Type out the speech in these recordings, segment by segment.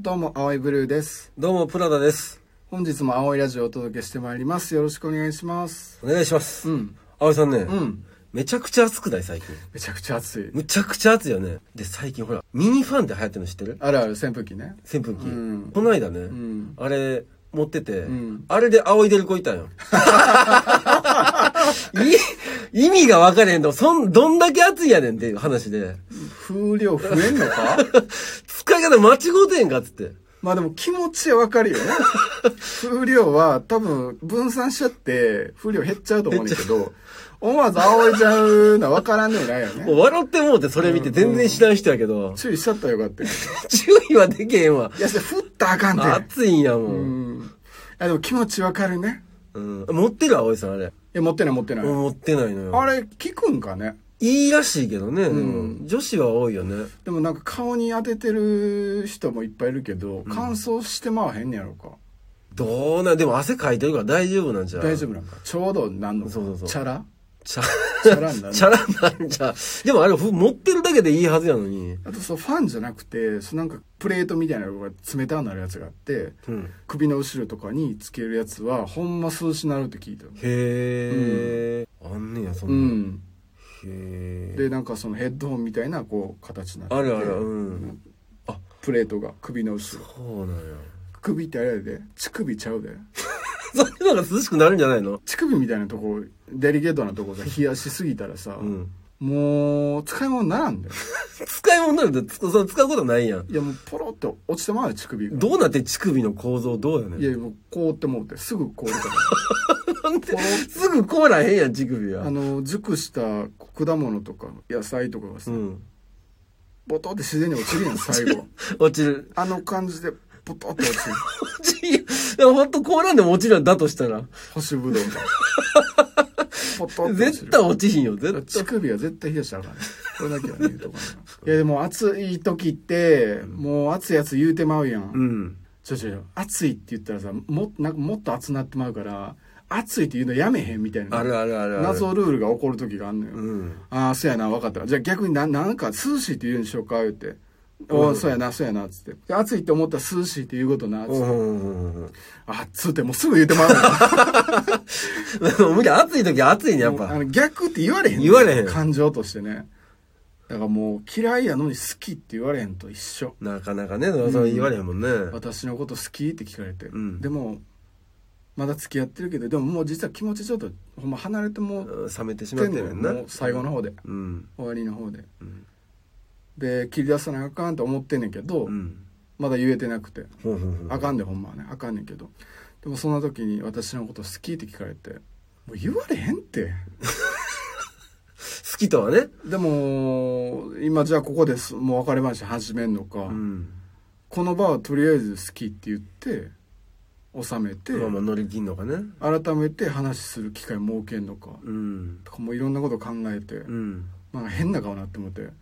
どうも青いブルーです。 どうもプラダです。 本日も青いラジオをお届けしてまいります。よろしくお願いします。 お願いします。青井さんね、めちゃくちゃ暑くない最近。 めちゃくちゃ暑い。 むちゃくちゃ暑いよね。で最近ほらミニファンって流行ってるの知ってる？ あるある、扇風機ね。 扇風機、この間ね、あれ持ってて、あれで仰いでる子いたんよ。意味が分かれへんと、どんだけ暑いやねんっていう話で。 風量増えんのか？ 使い方間違うてんかっつって。 まあでも気持ちは分かるよね。風量は多分分散しちゃって風量減っちゃうと思うんだけど、思わず仰いじゃうのは分からんでもないよね。 笑ってもうてそれ見て全然知らん人やけど。 注意しちゃったらよかったよ。 注意はできへんわ。 いや、それ振ったらあかんで。 暑いんやもん。いやでも気持ち分かるね。 持ってる？青井さんあれ。 いや、持ってない。 持ってないのよ。 あれ、効くんかね？ いいらしいけどね、女子は多いよね。 でもなんか顔に当ててる人もいっぱいいるけど、乾燥してまわへんねやろか。 でも汗かいてるから大丈夫なんじゃ。 大丈夫なんか。ちょうどなんのか。チャラになる。 チャラになるんじゃ。でもあれ持ってるだけでいいはずやのに。 あとファンじゃなくて、なんかプレートみたいなのが冷たくなるやつがあって、首の後ろとかにつけるやつはほんま涼しなるって聞いた。 へえ、あんねやそんな。 でなんかそのヘッドホンみたいなこう形になってて、 あるプレートが首の後ろ。 そうなんや。 首ってあれやで、乳首ちゃうで。 そういうのが涼しくなるんじゃないの？乳首みたいなとこ、デリケートなとこが冷やしすぎたらさ、もう使い物にならんで。 使い物になるって使うことないやん。 いやもうポロって落ちてまうよ、乳首が。 どうなって乳首の構造どうやねん。 いやもう凍ってもうてすぐ凍るから。 なんですぐ凍らへんやん、乳首は。 熟した果物とか野菜とかがさ、ボトって自然に落ちるやん、最後。 落ちる。 あの感じでボトって落ちる。 落ちる。でもほんと凍らんでも落ちるんだとしたら。 干しぶどうが。ポトって絶対落ちひんよ、絶対。 乳首は絶対冷やしたらあかんね。これだけはね、言うとかな。いやでも暑い時って、もう暑いやつ言うてまうやん。暑いって言ったらさ、なんかもっと暑なってまうから、暑いって言うのやめへんみたいな。 ある。 謎ルールが起こる時があんのよ。ああ、そうやな、分かった。じゃあ逆になんか涼しいって言うんでしょうか言って。そうやな、つって。暑いって思ったら涼しいって言うことな、つって。暑ってもうすぐ言うてまうの。無理、暑い時は暑いね、やっぱ。 逆って言われへん。 言われへん。 感情としてね。だからもう嫌いやのに好きって言われへんと一緒。 なかなかね、そう言われへんもんね。 私のこと好きって聞かれて。でも、まだ付き合ってるけど、でももう実は気持ちちょっとほんま離れても冷めてしまってるな。 最後の方で、終わりの方で、で切り出さなあかんと思ってんねんけど、まだ言えてなくて、あかんでほんまはね、あかんねんけど、でもそんな時に私のこと好きって聞かれて、もう言われへんって好きとはね。 でも今じゃあここですもう別れ話始めんのか、この場はとりあえず好きって言って収めて、 乗り切んのかね。 改めて話する機会設けんのか、とかもういろんなこと考えて、なんか変な顔なって思って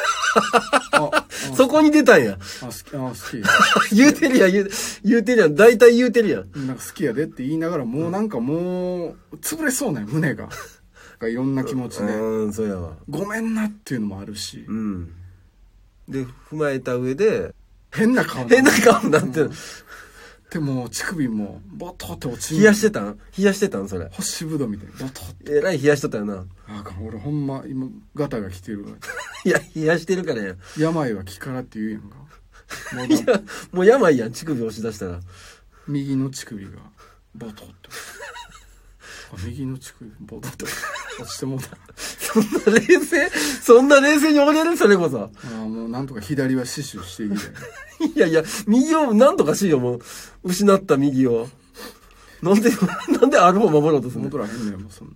そこに出たんや。 好き言うてるやん大体言うてるやん。 なんか好きやでって言いながらもうなんかもう潰れそうね、胸がいろんな気持ちね。 そうやわ。 ごめんなっていうのもあるし、 で踏まえた上で変な顔になってる。 でも乳首もボトって落ちる。 冷やしてたんそれ。 干しぶどうみたいにボトって。 えらい冷やしとったよな。 俺ほんま今ガタが来てるわ。 いや冷やしてるからやん。 病は気からって言うやんか。 もう病やん、乳首押し出したら。 右の乳首がボトって。右の乳首ボトって落ちてもうた。 そんな冷静に折れる？それこそ。 もうなんとか左は死守していきたい。いや右をなんとかしよう。もう失った右をなんである方守ろうとするの？ 戻らへんねんもうそんな。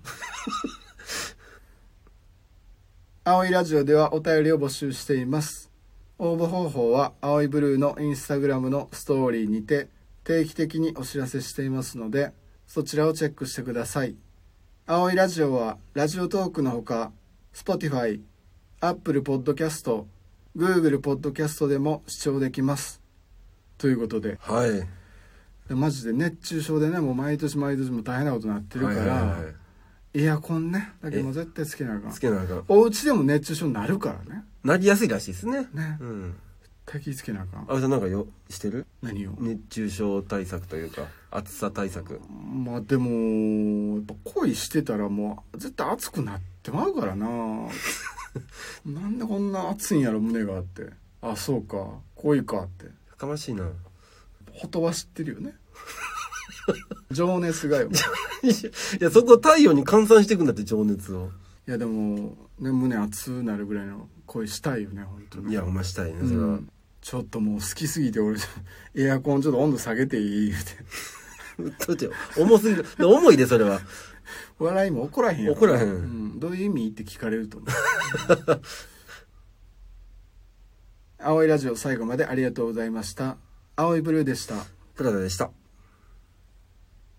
青いラジオではお便りを募集しています。応募方法は青いブルーのインスタグラムのストーリーにて定期的にお知らせしていますので、そちらをチェックしてください。青いラジオはラジオトークのほか Spotify、Apple Podcast、Google Podcast でも視聴できます。ということで、マジで熱中症でね、もう毎年も大変なことになってるから、エアコンねだけも絶対つけなあかん。お家でも熱中症になるからね。 なりやすいらしいですね。 対気つけなあかん。 葵さんなんかしてる？ 何を？ 熱中症対策というか暑さ対策。 まあでもやっぱ恋してたらもう絶対熱くなってまうからななんでこんな熱いんやろ胸があって、あそうか恋かってやかましいな。 ほとばしってるよね情熱がよいやそこ太陽に換算していくんだって情熱を。 いやでもね胸熱なるぐらいの恋したいよね本当に。 いやお前したいねそれは、 ちょっともう好きすぎて俺エアコンちょっと温度下げていい言うてどっちよ重すぎる重いでそれは。 笑いも怒らへんやろ。 怒らへん、 どういう意味って聞かれると思う青いラジオ最後までありがとうございました。青いブルーでした。 プラダでした。